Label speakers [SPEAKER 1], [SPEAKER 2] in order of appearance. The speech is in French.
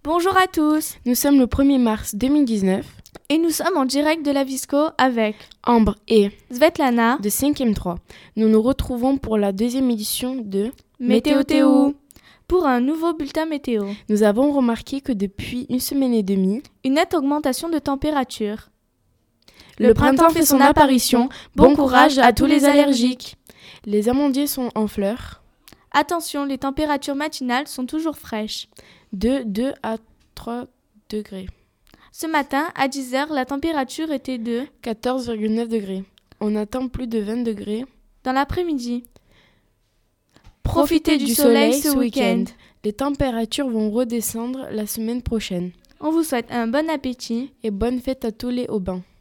[SPEAKER 1] Bonjour à tous.
[SPEAKER 2] Nous sommes le 1er mars 2019
[SPEAKER 1] et nous sommes en direct de la Visco avec
[SPEAKER 2] Ambre et
[SPEAKER 1] Svetlana
[SPEAKER 2] de 5e 3. Nous nous retrouvons pour la deuxième édition de
[SPEAKER 1] Météo Théo pour un nouveau bulletin météo.
[SPEAKER 2] Nous avons remarqué que depuis une semaine et demie,
[SPEAKER 1] une nette augmentation de température.
[SPEAKER 2] Le printemps fait son apparition. Bon courage à tous les allergiques. Les amandiers sont en fleurs.
[SPEAKER 1] Attention, les températures matinales sont toujours fraîches.
[SPEAKER 2] De 2 à 3 degrés.
[SPEAKER 1] Ce matin, à 10h, la température était de
[SPEAKER 2] 14,9 degrés. On atteint plus de 20 degrés.
[SPEAKER 1] Dans l'après-midi. Profitez du soleil ce week-end.
[SPEAKER 2] Les températures vont redescendre la semaine prochaine.
[SPEAKER 1] On vous souhaite un bon appétit
[SPEAKER 2] et bonne fête à tous les Aubins.